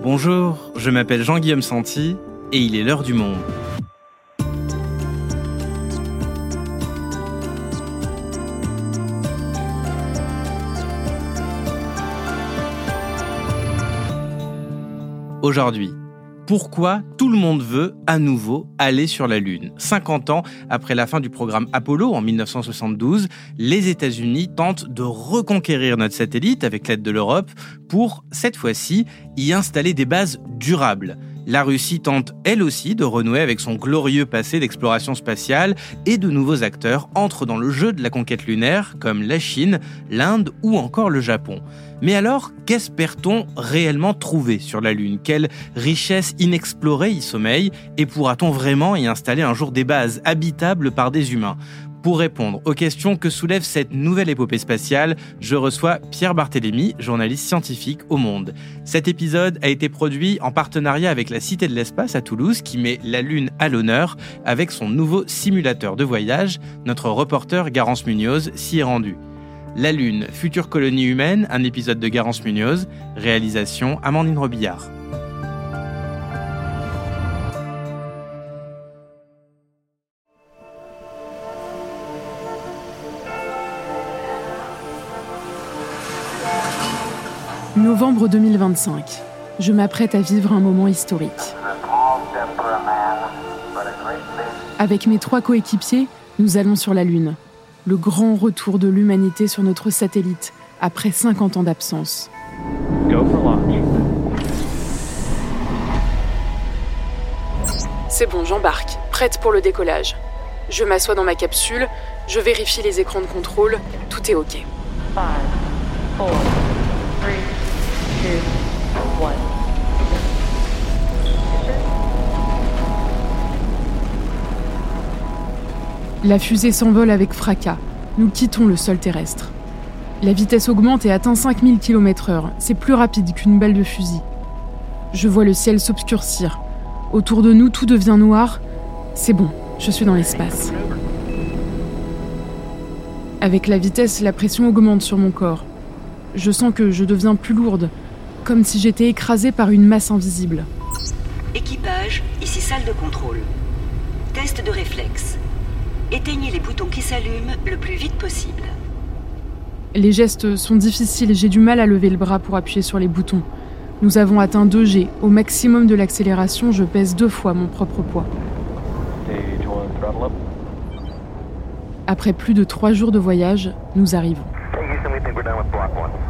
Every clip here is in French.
Bonjour, je m'appelle Jean-Guillaume Santi et il est l'heure du monde. Aujourd'hui, pourquoi tout le monde veut à nouveau aller sur la Lune ? 50 ans après la fin du programme Apollo en 1972, les États-Unis tentent de reconquérir notre satellite avec l'aide de l'Europe pour, cette fois-ci, y installer des bases durables. La Russie tente, elle aussi, de renouer avec son glorieux passé d'exploration spatiale et de nouveaux acteurs entrent dans le jeu de la conquête lunaire, comme la Chine, l'Inde ou encore le Japon. Mais alors, qu'espère-t-on réellement trouver sur la Lune ? Quelle richesse inexplorée y sommeille ? Et pourra-t-on vraiment y installer un jour des bases habitables par des humains ? Pour répondre aux questions que soulève cette nouvelle épopée spatiale, je reçois Pierre Barthélémy, journaliste scientifique au Monde. Cet épisode a été produit en partenariat avec la Cité de l'Espace à Toulouse, qui met la Lune à l'honneur avec son nouveau simulateur de voyage. Notre reporter Garance Munoz s'y est rendu. La Lune, future colonie humaine, un épisode de Garance Munoz, réalisation Amandine Robillard. Novembre 2025. Je m'apprête à vivre un moment historique. Avec mes 3 coéquipiers, nous allons sur la Lune. Le grand retour de l'humanité sur notre satellite, après 50 ans d'absence. Go for launch. C'est bon, j'embarque, prête pour le décollage. Je m'assois dans ma capsule, je vérifie les écrans de contrôle, tout est OK. 5, 4, 3, 2, 1. La fusée s'envole avec fracas. Nous quittons le sol terrestre. La vitesse augmente et atteint 5000 km/h. C'est plus rapide qu'une balle de fusil. Je vois le ciel s'obscurcir. Autour de nous, tout devient noir. C'est bon, je suis dans l'espace. Avec la vitesse, la pression augmente sur mon corps. Je sens que je deviens plus lourde, comme si j'étais écrasée par une masse invisible. Équipage, ici salle de contrôle. Test de réflexe. Éteignez les boutons qui s'allument le plus vite possible. Les gestes sont difficiles et j'ai du mal à lever le bras pour appuyer sur les boutons. Nous avons atteint 2G. Au maximum de l'accélération, je pèse 2 fois mon propre poids. Stage 1, throttle up. Après plus de 3 jours de voyage, nous arrivons. Houston, we think we're done with block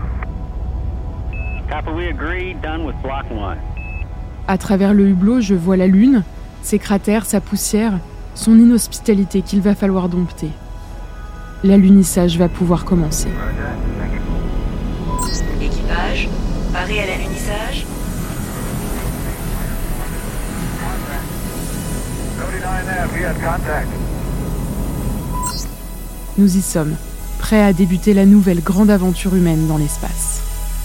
1. Copy, we agree, done with block 1. À travers le hublot, je vois la Lune, ses cratères, sa poussière, son inhospitalité qu'il va falloir dompter. L'alunissage va pouvoir commencer. Équipage, paré à l'alunissage. Nous y sommes, prêts à débuter la nouvelle grande aventure humaine dans l'espace.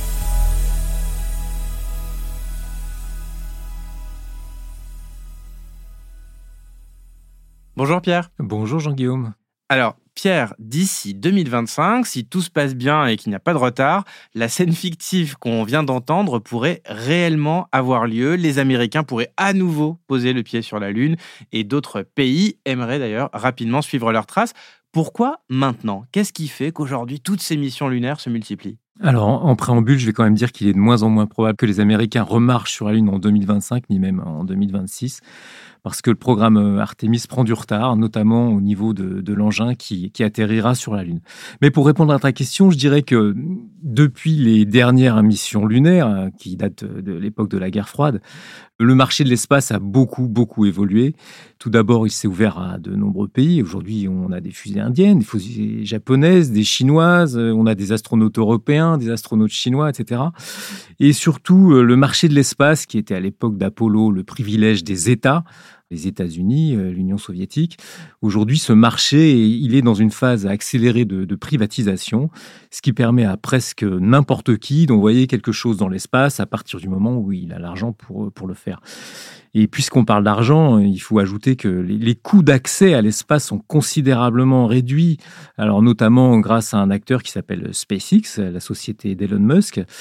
Bonjour Pierre. Bonjour Jean-Guillaume. Alors Pierre, d'ici 2025, si tout se passe bien et qu'il n'y a pas de retard, la scène fictive qu'on vient d'entendre pourrait réellement avoir lieu. Les Américains pourraient à nouveau poser le pied sur la Lune et d'autres pays aimeraient d'ailleurs rapidement suivre leurs traces. Pourquoi maintenant ? Qu'est-ce qui fait qu'aujourd'hui toutes ces missions lunaires se multiplient ? Alors, en préambule, je vais quand même dire qu'il est de moins en moins probable que les Américains remarchent sur la Lune en 2025, ni même en 2026, parce que le programme Artemis prend du retard, notamment au niveau de l'engin qui atterrira sur la Lune. Mais pour répondre à ta question, je dirais que depuis les dernières missions lunaires, qui datent de l'époque de la guerre froide, le marché de l'espace a beaucoup évolué. Tout d'abord, il s'est ouvert à de nombreux pays. Aujourd'hui, on a des fusées indiennes, des fusées japonaises, des chinoises, on a des astronautes européens, des astronautes chinois, etc. Et surtout, le marché de l'espace, qui était à l'époque d'Apollo le privilège des États, les États-Unis, l'Union soviétique. Aujourd'hui, ce marché, il est dans une phase accélérée de privatisation, ce qui permet à presque n'importe qui d'envoyer quelque chose dans l'espace à partir du moment où il a l'argent pour le faire. Et puisqu'on parle d'argent, il faut ajouter que les coûts d'accès à l'espace sont considérablement réduits, alors notamment grâce à un acteur qui s'appelle SpaceX, la société d'Elon Musk,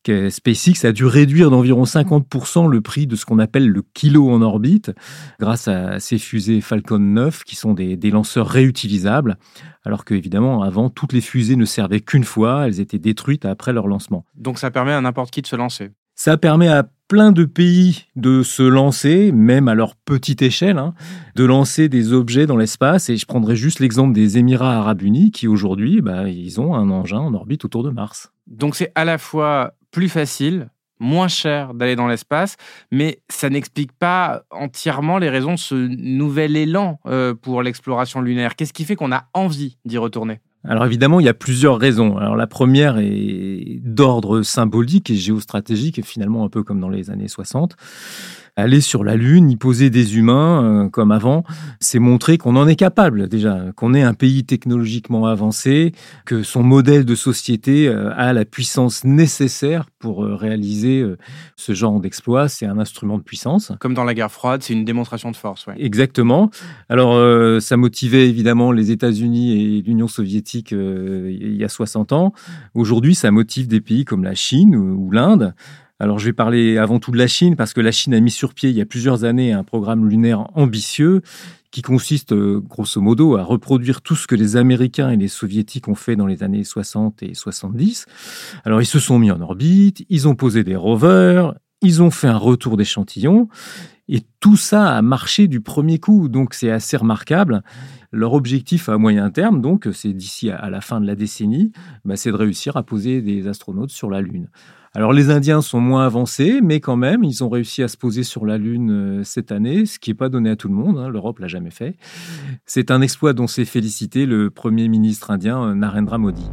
SpaceX a dû réduire d'environ 50% le prix de ce qu'on appelle le kilo en orbite grâce à ces fusées Falcon 9 qui sont des lanceurs réutilisables, alors qu'évidemment, avant, toutes les fusées ne servaient qu'une fois, elles étaient détruites après leur lancement. Donc ça permet à n'importe qui de se lancer. Ça permet à plein de pays de se lancer, même à leur petite échelle, de lancer des objets dans l'espace. Et je prendrai juste l'exemple des Émirats arabes unis qui, aujourd'hui, ils ont un engin en orbite autour de Mars. Donc c'est à la fois plus facile, moins cher d'aller dans l'espace, mais ça n'explique pas entièrement les raisons de ce nouvel élan pour l'exploration lunaire. Qu'est-ce qui fait qu'on a envie d'y retourner ? Alors évidemment, il y a plusieurs raisons. Alors la première est d'ordre symbolique et géostratégique, et finalement un peu comme dans les années 60. Aller sur la Lune, y poser des humains comme avant, c'est montrer qu'on en est capable déjà, qu'on est un pays technologiquement avancé, que son modèle de société a la puissance nécessaire pour réaliser ce genre d'exploit. C'est un instrument de puissance. Comme dans la guerre froide, c'est une démonstration de force. Ouais. Exactement. Alors ça motivait évidemment les États-Unis et l'Union soviétique il y a 60 ans. Aujourd'hui, ça motive des pays comme la Chine ou l'Inde. Alors, je vais parler avant tout de la Chine, parce que la Chine a mis sur pied il y a plusieurs années un programme lunaire ambitieux qui consiste, grosso modo, à reproduire tout ce que les Américains et les Soviétiques ont fait dans les années 60 et 70. Alors, ils se sont mis en orbite, ils ont posé des rovers, ils ont fait un retour d'échantillons, et tout ça a marché du premier coup, donc c'est assez remarquable. Leur objectif à moyen terme, donc, c'est d'ici à la fin de la décennie, c'est de réussir à poser des astronautes sur la Lune. Alors, les Indiens sont moins avancés, mais quand même, ils ont réussi à se poser sur la Lune cette année, ce qui n'est pas donné à tout le monde. L'Europe ne l'a jamais fait. C'est un exploit dont s'est félicité le Premier ministre indien Narendra Modi.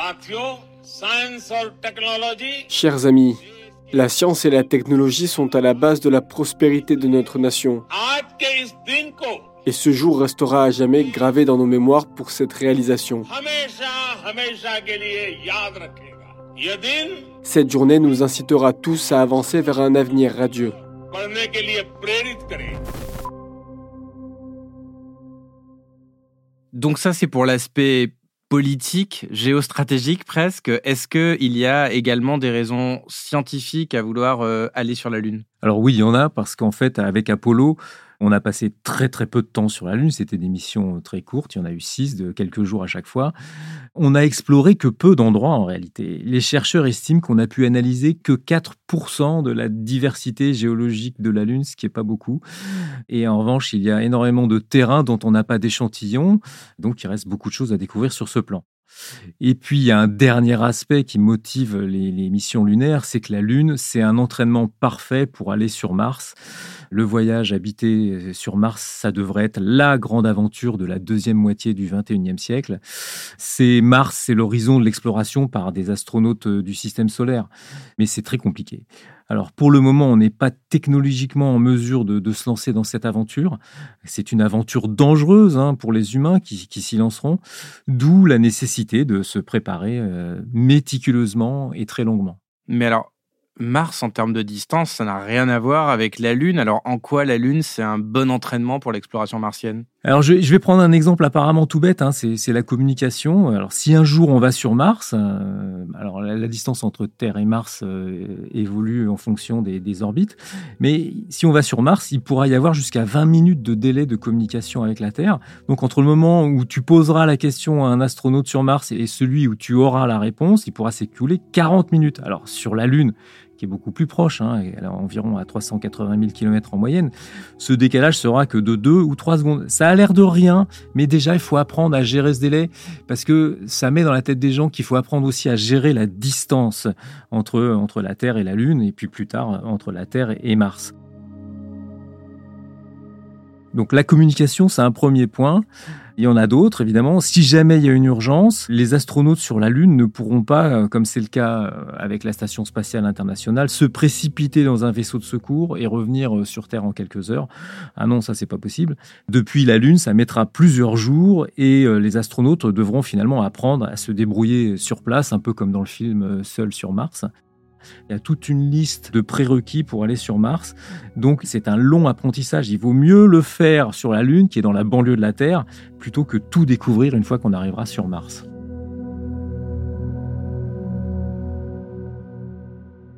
Chers amis, la science et la technologie sont à la base de la prospérité de notre nation. Et ce jour restera à jamais gravé dans nos mémoires pour cette réalisation. Cette journée nous incitera tous à avancer vers un avenir radieux. Donc ça, c'est pour l'aspect politique, géostratégique presque. Est-ce qu'il y a également des raisons scientifiques à vouloir aller sur la Lune ? Alors oui, il y en a, parce qu'en fait, avec Apollo, on a passé très très peu de temps sur la Lune. C'était des missions très courtes. Il y en a eu 6 de quelques jours à chaque fois. On a exploré que peu d'endroits en réalité. Les chercheurs estiment qu'on a pu analyser que 4% de la diversité géologique de la Lune, ce qui n'est pas beaucoup. Et en revanche, il y a énormément de terrains dont on n'a pas d'échantillons. Donc il reste beaucoup de choses à découvrir sur ce plan. Et puis, il y a un dernier aspect qui motive les missions lunaires, c'est que la Lune, c'est un entraînement parfait pour aller sur Mars. Le voyage habité sur Mars, ça devrait être la grande aventure de la deuxième moitié du XXIe siècle. Mars, c'est l'horizon de l'exploration par des astronautes du système solaire. Mais c'est très compliqué. Alors, pour le moment, on n'est pas technologiquement en mesure de se lancer dans cette aventure. C'est une aventure dangereuse pour les humains qui s'y lanceront, d'où la nécessité de se préparer méticuleusement et très longuement. Mais alors, Mars, en termes de distance, ça n'a rien à voir avec la Lune. Alors, en quoi la Lune, c'est un bon entraînement pour l'exploration martienne ? Alors, je vais prendre un exemple apparemment tout bête, c'est la communication. Alors, si un jour on va sur Mars, alors la distance entre Terre et Mars évolue en fonction des orbites, mais si on va sur Mars, il pourra y avoir jusqu'à 20 minutes de délai de communication avec la Terre. Donc, entre le moment où tu poseras la question à un astronaute sur Mars et celui où tu auras la réponse, il pourra s'écouler 40 minutes. Alors, sur la Lune, qui est beaucoup plus proche, elle est environ à 380 000 km en moyenne, ce décalage sera que de 2 ou 3 secondes. Ça a l'air de rien, mais déjà, il faut apprendre à gérer ce délai, parce que ça met dans la tête des gens qu'il faut apprendre aussi à gérer la distance entre la Terre et la Lune, et puis plus tard, entre la Terre et Mars. Donc la communication, c'est un premier point. Il y en a d'autres, évidemment. Si jamais il y a une urgence, les astronautes sur la Lune ne pourront pas, comme c'est le cas avec la Station spatiale internationale, se précipiter dans un vaisseau de secours et revenir sur Terre en quelques heures. Ah non, ça, c'est pas possible. Depuis la Lune, ça mettra plusieurs jours et les astronautes devront finalement apprendre à se débrouiller sur place, un peu comme dans le film Seul sur Mars. Il y a toute une liste de prérequis pour aller sur Mars. Donc, c'est un long apprentissage. Il vaut mieux le faire sur la Lune, qui est dans la banlieue de la Terre, plutôt que tout découvrir une fois qu'on arrivera sur Mars.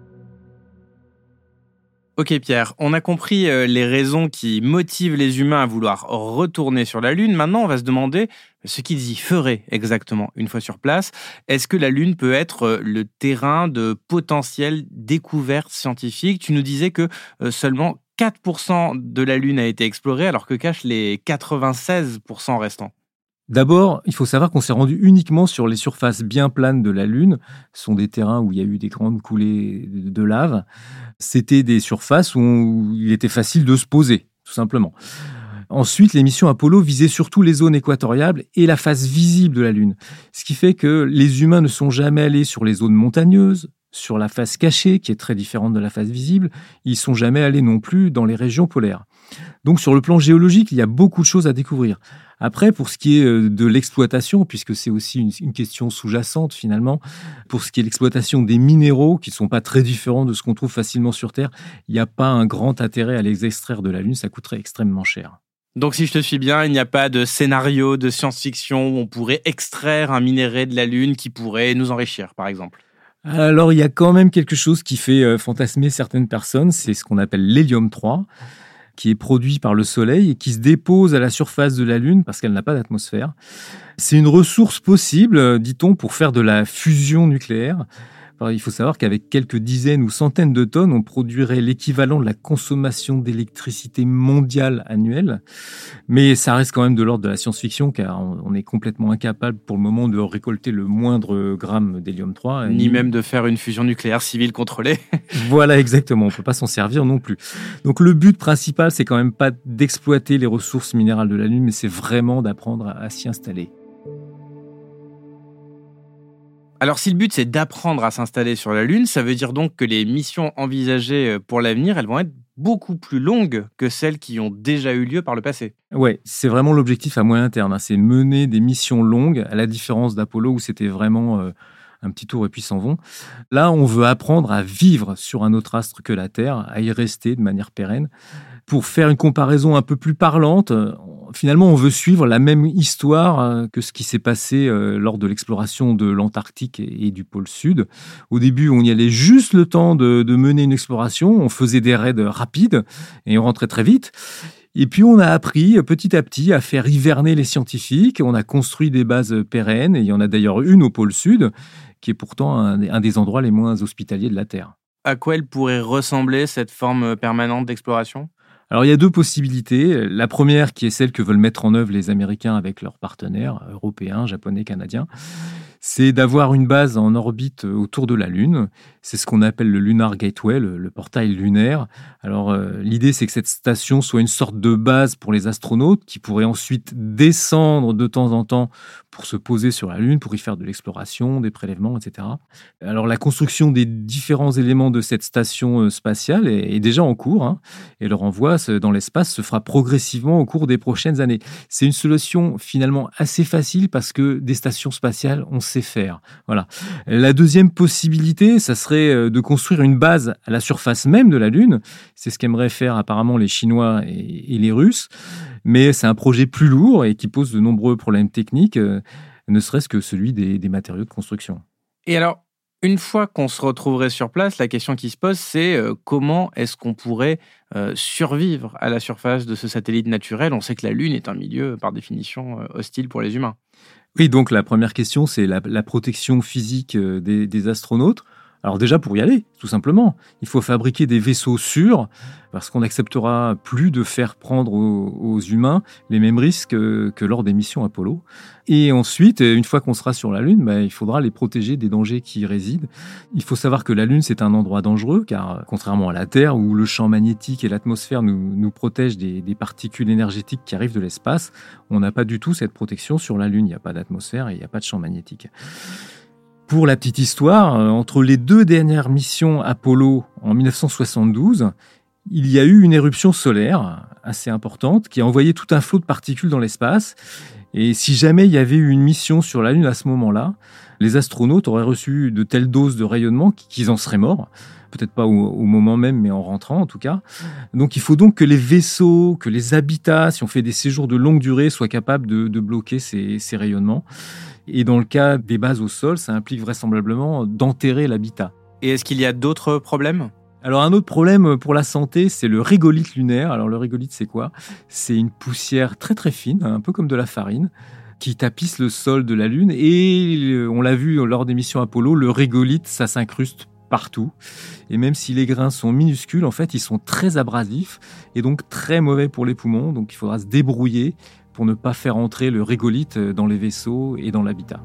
Ok Pierre, on a compris les raisons qui motivent les humains à vouloir retourner sur la Lune. Maintenant, on va se demander ce qu'ils y feraient exactement une fois sur place. Est-ce que la Lune peut être le terrain de potentielles découvertes scientifiques ? Tu nous disais que seulement 4% de la Lune a été explorée, alors que cachent les 96% restants. D'abord, il faut savoir qu'on s'est rendu uniquement sur les surfaces bien planes de la Lune. Ce sont des terrains où il y a eu des grandes coulées de lave. C'était des surfaces où il était facile de se poser, tout simplement. Ensuite, les missions Apollo visaient surtout les zones équatoriales et la face visible de la Lune. Ce qui fait que les humains ne sont jamais allés sur les zones montagneuses, sur la face cachée, qui est très différente de la face visible. Ils ne sont jamais allés non plus dans les régions polaires. Donc, sur le plan géologique, il y a beaucoup de choses à découvrir. Après, pour ce qui est de l'exploitation, puisque c'est aussi une question sous-jacente finalement, pour ce qui est de l'exploitation des minéraux, qui ne sont pas très différents de ce qu'on trouve facilement sur Terre, il n'y a pas un grand intérêt à les extraire de la Lune, ça coûterait extrêmement cher. Donc si je te suis bien, il n'y a pas de scénario de science-fiction où on pourrait extraire un minerai de la Lune qui pourrait nous enrichir, par exemple ? Alors, il y a quand même quelque chose qui fait fantasmer certaines personnes, c'est ce qu'on appelle l'hélium-3, qui est produit par le Soleil et qui se dépose à la surface de la Lune parce qu'elle n'a pas d'atmosphère. C'est une ressource possible, dit-on, pour faire de la fusion nucléaire. Alors, il faut savoir qu'avec quelques dizaines ou centaines de tonnes, on produirait l'équivalent de la consommation d'électricité mondiale annuelle. Mais ça reste quand même de l'ordre de la science-fiction, car on est complètement incapable pour le moment de récolter le moindre gramme d'hélium-3. Ni même de faire une fusion nucléaire civile contrôlée. Voilà, exactement. On ne peut pas s'en servir non plus. Donc le but principal, c'est quand même pas d'exploiter les ressources minérales de la Lune, mais c'est vraiment d'apprendre à s'y installer. Alors si le but c'est d'apprendre à s'installer sur la Lune, ça veut dire donc que les missions envisagées pour l'avenir, elles vont être beaucoup plus longues que celles qui ont déjà eu lieu par le passé. Ouais, c'est vraiment l'objectif à moyen terme, c'est mener des missions longues, à la différence d'Apollo où c'était vraiment un petit tour et puis s'en vont. Là, on veut apprendre à vivre sur un autre astre que la Terre, à y rester de manière pérenne. Pour faire une comparaison un peu plus parlante, finalement, on veut suivre la même histoire que ce qui s'est passé lors de l'exploration de l'Antarctique et du pôle Sud. Au début, on y allait juste le temps de mener une exploration, on faisait des raids rapides et on rentrait très vite. Et puis, on a appris petit à petit à faire hiverner les scientifiques. On a construit des bases pérennes, et il y en a d'ailleurs une au pôle Sud, qui est pourtant un des endroits les moins hospitaliers de la Terre. À quoi elle pourrait ressembler, cette forme permanente d'exploration ? Alors, il y a deux possibilités. La première, qui est celle que veulent mettre en œuvre les Américains avec leurs partenaires européens, japonais, canadiens, c'est d'avoir une base en orbite autour de la Lune. C'est ce qu'on appelle le Lunar Gateway, le portail lunaire. Alors, l'idée, c'est que cette station soit une sorte de base pour les astronautes qui pourraient ensuite descendre de temps en temps pour se poser sur la Lune, pour y faire de l'exploration, des prélèvements, etc. Alors, la construction des différents éléments de cette station spatiale est déjà en cours, et leur envoi dans l'espace se fera progressivement au cours des prochaines années. C'est une solution finalement assez facile parce que des stations spatiales, on sait faire. Voilà. La deuxième possibilité, ça serait de construire une base à la surface même de la Lune. C'est ce qu'aimeraient faire apparemment les Chinois et les Russes. Mais c'est un projet plus lourd et qui pose de nombreux problèmes techniques, ne serait-ce que celui des matériaux de construction. Et alors, une fois qu'on se retrouverait sur place, la question qui se pose, c'est comment est-ce qu'on pourrait survivre à la surface de ce satellite naturel ? On sait que la Lune est un milieu, par définition, hostile pour les humains. Oui, donc la première question, c'est la protection physique des astronautes. Alors déjà, pour y aller, tout simplement, il faut fabriquer des vaisseaux sûrs parce qu'on n'acceptera plus de faire prendre aux humains les mêmes risques que lors des missions Apollo. Et ensuite, une fois qu'on sera sur la Lune, il faudra les protéger des dangers qui y résident. Il faut savoir que la Lune, c'est un endroit dangereux car, contrairement à la Terre, où le champ magnétique et l'atmosphère nous protègent des particules énergétiques qui arrivent de l'espace, on n'a pas du tout cette protection sur la Lune. Il n'y a pas d'atmosphère et il n'y a pas de champ magnétique. Pour la petite histoire, entre les deux dernières missions Apollo en 1972, il y a eu une éruption solaire assez importante qui a envoyé tout un flot de particules dans l'espace. Et si jamais il y avait eu une mission sur la Lune à ce moment-là, les astronautes auraient reçu de telles doses de rayonnement qu'ils en seraient morts. Peut-être pas au moment même, mais en rentrant en tout cas. Donc il faut donc que les vaisseaux, que les habitats, si on fait des séjours de longue durée, soient capables de bloquer ces rayonnements. Et dans le cas des bases au sol, ça implique vraisemblablement d'enterrer l'habitat. Et est-ce qu'il y a d'autres problèmes ? Alors un autre problème pour la santé, c'est le régolithe lunaire. Alors le régolithe, c'est quoi ? C'est une poussière très très fine, un peu comme de la farine, qui tapisse le sol de la Lune. Et on l'a vu lors des missions Apollo, le régolithe, ça s'incruste partout. Et même si les grains sont minuscules, en fait, ils sont très abrasifs et donc très mauvais pour les poumons. Donc il faudra se débrouiller pour ne pas faire entrer le régolithe dans les vaisseaux et dans l'habitat.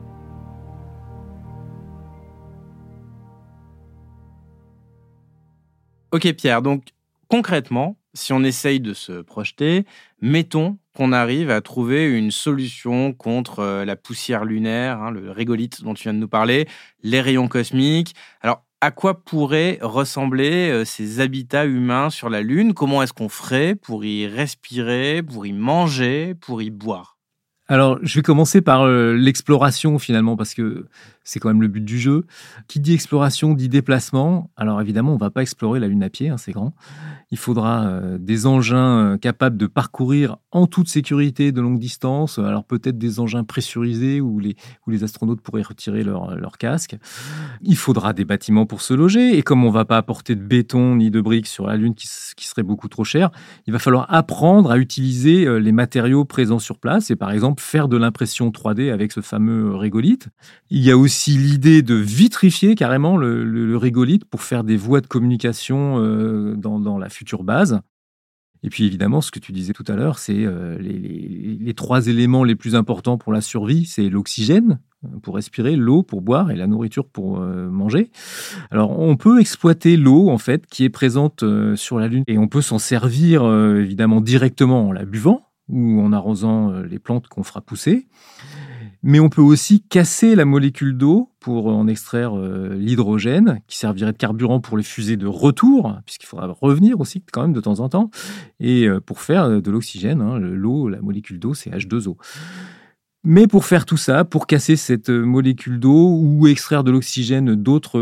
Ok Pierre, donc concrètement, si on essaye de se projeter, mettons qu'on arrive à trouver une solution contre la poussière lunaire, le régolithe dont tu viens de nous parler, les rayons cosmiques. Alors, à quoi pourraient ressembler ces habitats humains sur la Lune ? Comment est-ce qu'on ferait pour y respirer, pour y manger, pour y boire ? Alors, je vais commencer par l'exploration finalement, parce que c'est quand même le but du jeu. Qui dit exploration dit déplacement. Alors évidemment, on ne va pas explorer la Lune à pied, c'est grand. Il faudra des engins capables de parcourir en toute sécurité de longue distance. Alors peut-être des engins pressurisés où les astronautes pourraient retirer leur casque. Il faudra des bâtiments pour se loger. Et comme on ne va pas apporter de béton ni de briques sur la Lune qui serait beaucoup trop cher, il va falloir apprendre à utiliser les matériaux présents sur place et par exemple faire de l'impression 3D avec ce fameux régolithe. Il y a aussi l'idée de vitrifier carrément le régolithe pour faire des voies de communication dans la future base. Et puis évidemment, ce que tu disais tout à l'heure, c'est les trois éléments les plus importants pour la survie, c'est l'oxygène pour respirer, l'eau pour boire et la nourriture pour manger. Alors on peut exploiter l'eau en fait qui est présente sur la Lune et on peut s'en servir évidemment directement en la buvant ou en arrosant les plantes qu'on fera pousser. Mais on peut aussi casser la molécule d'eau pour en extraire l'hydrogène, qui servirait de carburant pour les fusées de retour, puisqu'il faudra revenir aussi quand même de temps en temps, et pour faire de l'oxygène. L'eau, la molécule d'eau, c'est H2O. Mais pour faire tout ça, pour casser cette molécule d'eau ou extraire de l'oxygène d'autres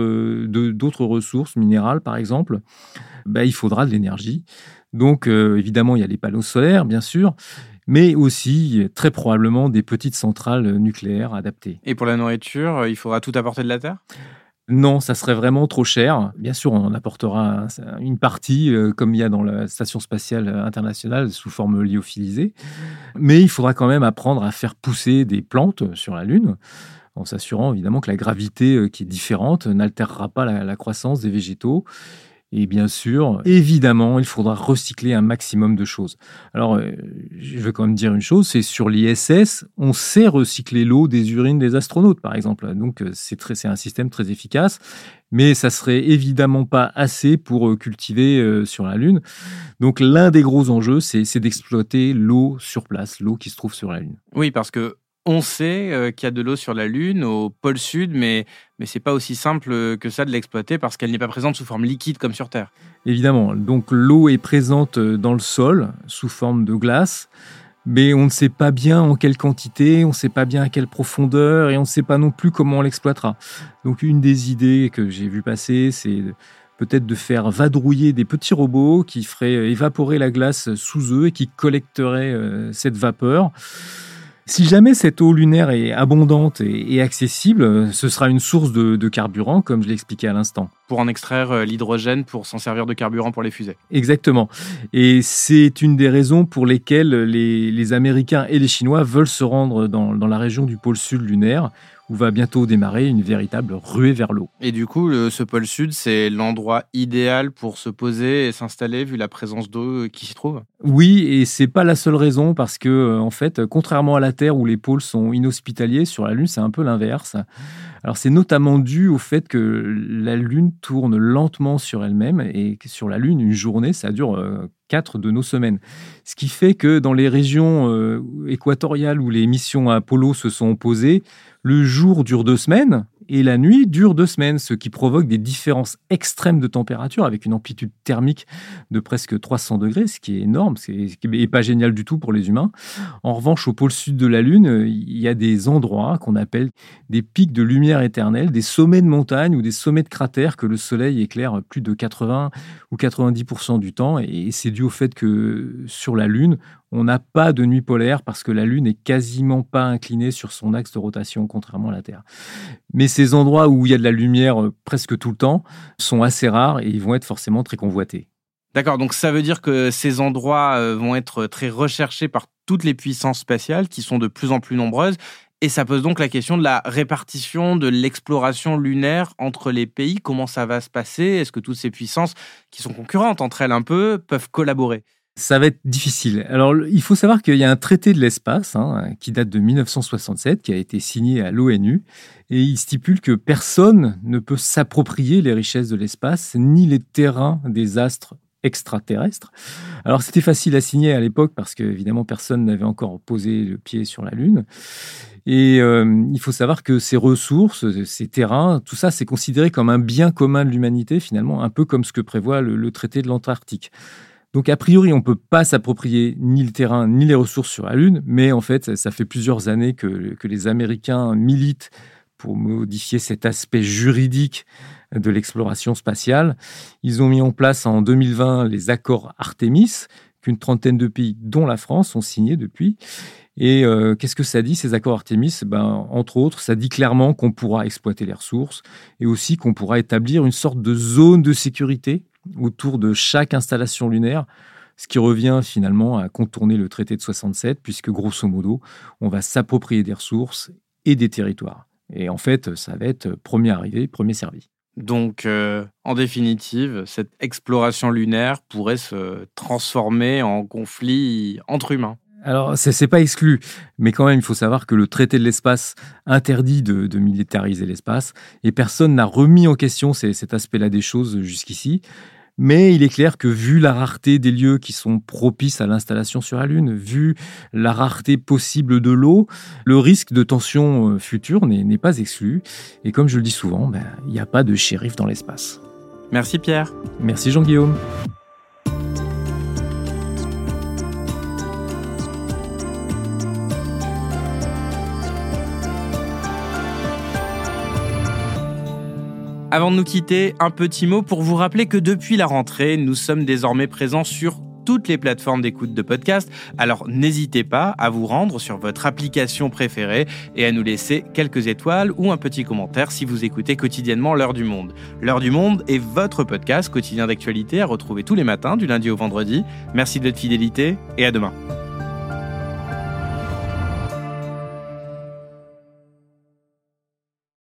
ressources minérales, par exemple, il faudra de l'énergie. Donc, évidemment, il y a les panneaux solaires, bien sûr, mais aussi, très probablement, des petites centrales nucléaires adaptées. Et pour la nourriture, il faudra tout apporter de la Terre ? Non, ça serait vraiment trop cher. Bien sûr, on en apportera une partie, comme il y a dans la Station spatiale internationale, sous forme lyophilisée. Mais il faudra quand même apprendre à faire pousser des plantes sur la Lune, en s'assurant évidemment que la gravité, qui est différente, n'altérera pas la croissance des végétaux. Et bien sûr, évidemment, il faudra recycler un maximum de choses. Alors, je vais quand même dire une chose, c'est sur l'ISS, on sait recycler l'eau des urines des astronautes, par exemple. Donc, c'est un système très efficace, mais ça serait évidemment pas assez pour cultiver sur la Lune. Donc, l'un des gros enjeux, c'est d'exploiter l'eau sur place, l'eau qui se trouve sur la Lune. Oui, parce que on sait qu'il y a de l'eau sur la Lune, au pôle sud, mais c'est pas aussi simple que ça de l'exploiter parce qu'elle n'est pas présente sous forme liquide comme sur Terre. Évidemment, donc l'eau est présente dans le sol sous forme de glace, mais on ne sait pas bien en quelle quantité, on ne sait pas bien à quelle profondeur et on ne sait pas non plus comment on l'exploitera. Donc une des idées que j'ai vu passer, c'est peut-être de faire vadrouiller des petits robots qui feraient évaporer la glace sous eux et qui collecteraient cette vapeur. Si jamais cette eau lunaire est abondante et accessible, ce sera une source de carburant, comme je l'ai expliqué à l'instant. Pour en extraire l'hydrogène, pour s'en servir de carburant pour les fusées. Exactement. Et c'est une des raisons pour lesquelles les Américains et les Chinois veulent se rendre dans la région du pôle sud lunaire, où va bientôt démarrer une véritable ruée vers l'eau. Et du coup, ce pôle sud, c'est l'endroit idéal pour se poser et s'installer, vu la présence d'eau qui s'y trouve ? Oui, et c'est pas la seule raison, parce que, en fait, contrairement à la Terre où les pôles sont inhospitaliers, sur la Lune, c'est un peu l'inverse. Alors, c'est notamment dû au fait que la Lune tourne lentement sur elle-même, et que sur la Lune, une journée, ça dure 4 de nos semaines. Ce qui fait que dans les régions équatoriales où les missions Apollo se sont posées, le jour dure 2 semaines et la nuit dure 2 semaines, ce qui provoque des différences extrêmes de température avec une amplitude thermique de presque 300 degrés, ce qui est énorme, ce qui n'est pas génial du tout pour les humains. En revanche, au pôle sud de la Lune, il y a des endroits qu'on appelle des pics de lumière éternelle, des sommets de montagnes ou des sommets de cratères que le soleil éclaire plus de 80 ou 90% du temps. Et c'est dû au fait que sur la Lune, on n'a pas de nuit polaire parce que la Lune n'est quasiment pas inclinée sur son axe de rotation, contrairement à la Terre. Mais ces endroits où il y a de la lumière presque tout le temps sont assez rares et ils vont être forcément très convoités. D'accord, donc ça veut dire que ces endroits vont être très recherchés par toutes les puissances spatiales qui sont de plus en plus nombreuses. Et ça pose donc la question de la répartition de l'exploration lunaire entre les pays. Comment ça va se passer ? Est-ce que toutes ces puissances, qui sont concurrentes entre elles un peu, peuvent collaborer ? Ça va être difficile. Alors, il faut savoir qu'il y a un traité de l'espace qui date de 1967, qui a été signé à l'ONU, et il stipule que personne ne peut s'approprier les richesses de l'espace, ni les terrains des astres extraterrestres. Alors, c'était facile à signer à l'époque parce qu'évidemment, personne n'avait encore posé le pied sur la Lune. Et il faut savoir que ces ressources, ces terrains, tout ça, c'est considéré comme un bien commun de l'humanité, finalement, un peu comme ce que prévoit le traité de l'Antarctique. Donc, a priori, on ne peut pas s'approprier ni le terrain, ni les ressources sur la Lune, mais en fait, ça fait plusieurs années que les Américains militent pour modifier cet aspect juridique de l'exploration spatiale. Ils ont mis en place en 2020 les accords Artemis, qu'une trentaine de pays, dont la France, ont signés depuis. Et qu'est-ce que ça dit, ces accords Artemis ? Entre autres, ça dit clairement qu'on pourra exploiter les ressources et aussi qu'on pourra établir une sorte de zone de sécurité autour de chaque installation lunaire, ce qui revient finalement à contourner le traité de 67, puisque grosso modo, on va s'approprier des ressources et des territoires. Et en fait, ça va être premier arrivé, premier servi. Donc, en définitive, cette exploration lunaire pourrait se transformer en conflit entre humains. Alors, c'est pas exclu, mais quand même, il faut savoir que le traité de l'espace interdit de militariser l'espace et personne n'a remis en question cet aspect-là des choses jusqu'ici. Mais il est clair que vu la rareté des lieux qui sont propices à l'installation sur la Lune, vu la rareté possible de l'eau, le risque de tension future n'est pas exclu. Et comme je le dis souvent, il n'y a pas de shérif dans l'espace. Merci Pierre. Merci Jean-Guillaume. Avant de nous quitter, un petit mot pour vous rappeler que depuis la rentrée, nous sommes désormais présents sur toutes les plateformes d'écoute de podcast. Alors n'hésitez pas à vous rendre sur votre application préférée et à nous laisser quelques étoiles ou un petit commentaire si vous écoutez quotidiennement L'Heure du Monde. L'Heure du Monde est votre podcast quotidien d'actualité à retrouver tous les matins du lundi au vendredi. Merci de votre fidélité et à demain.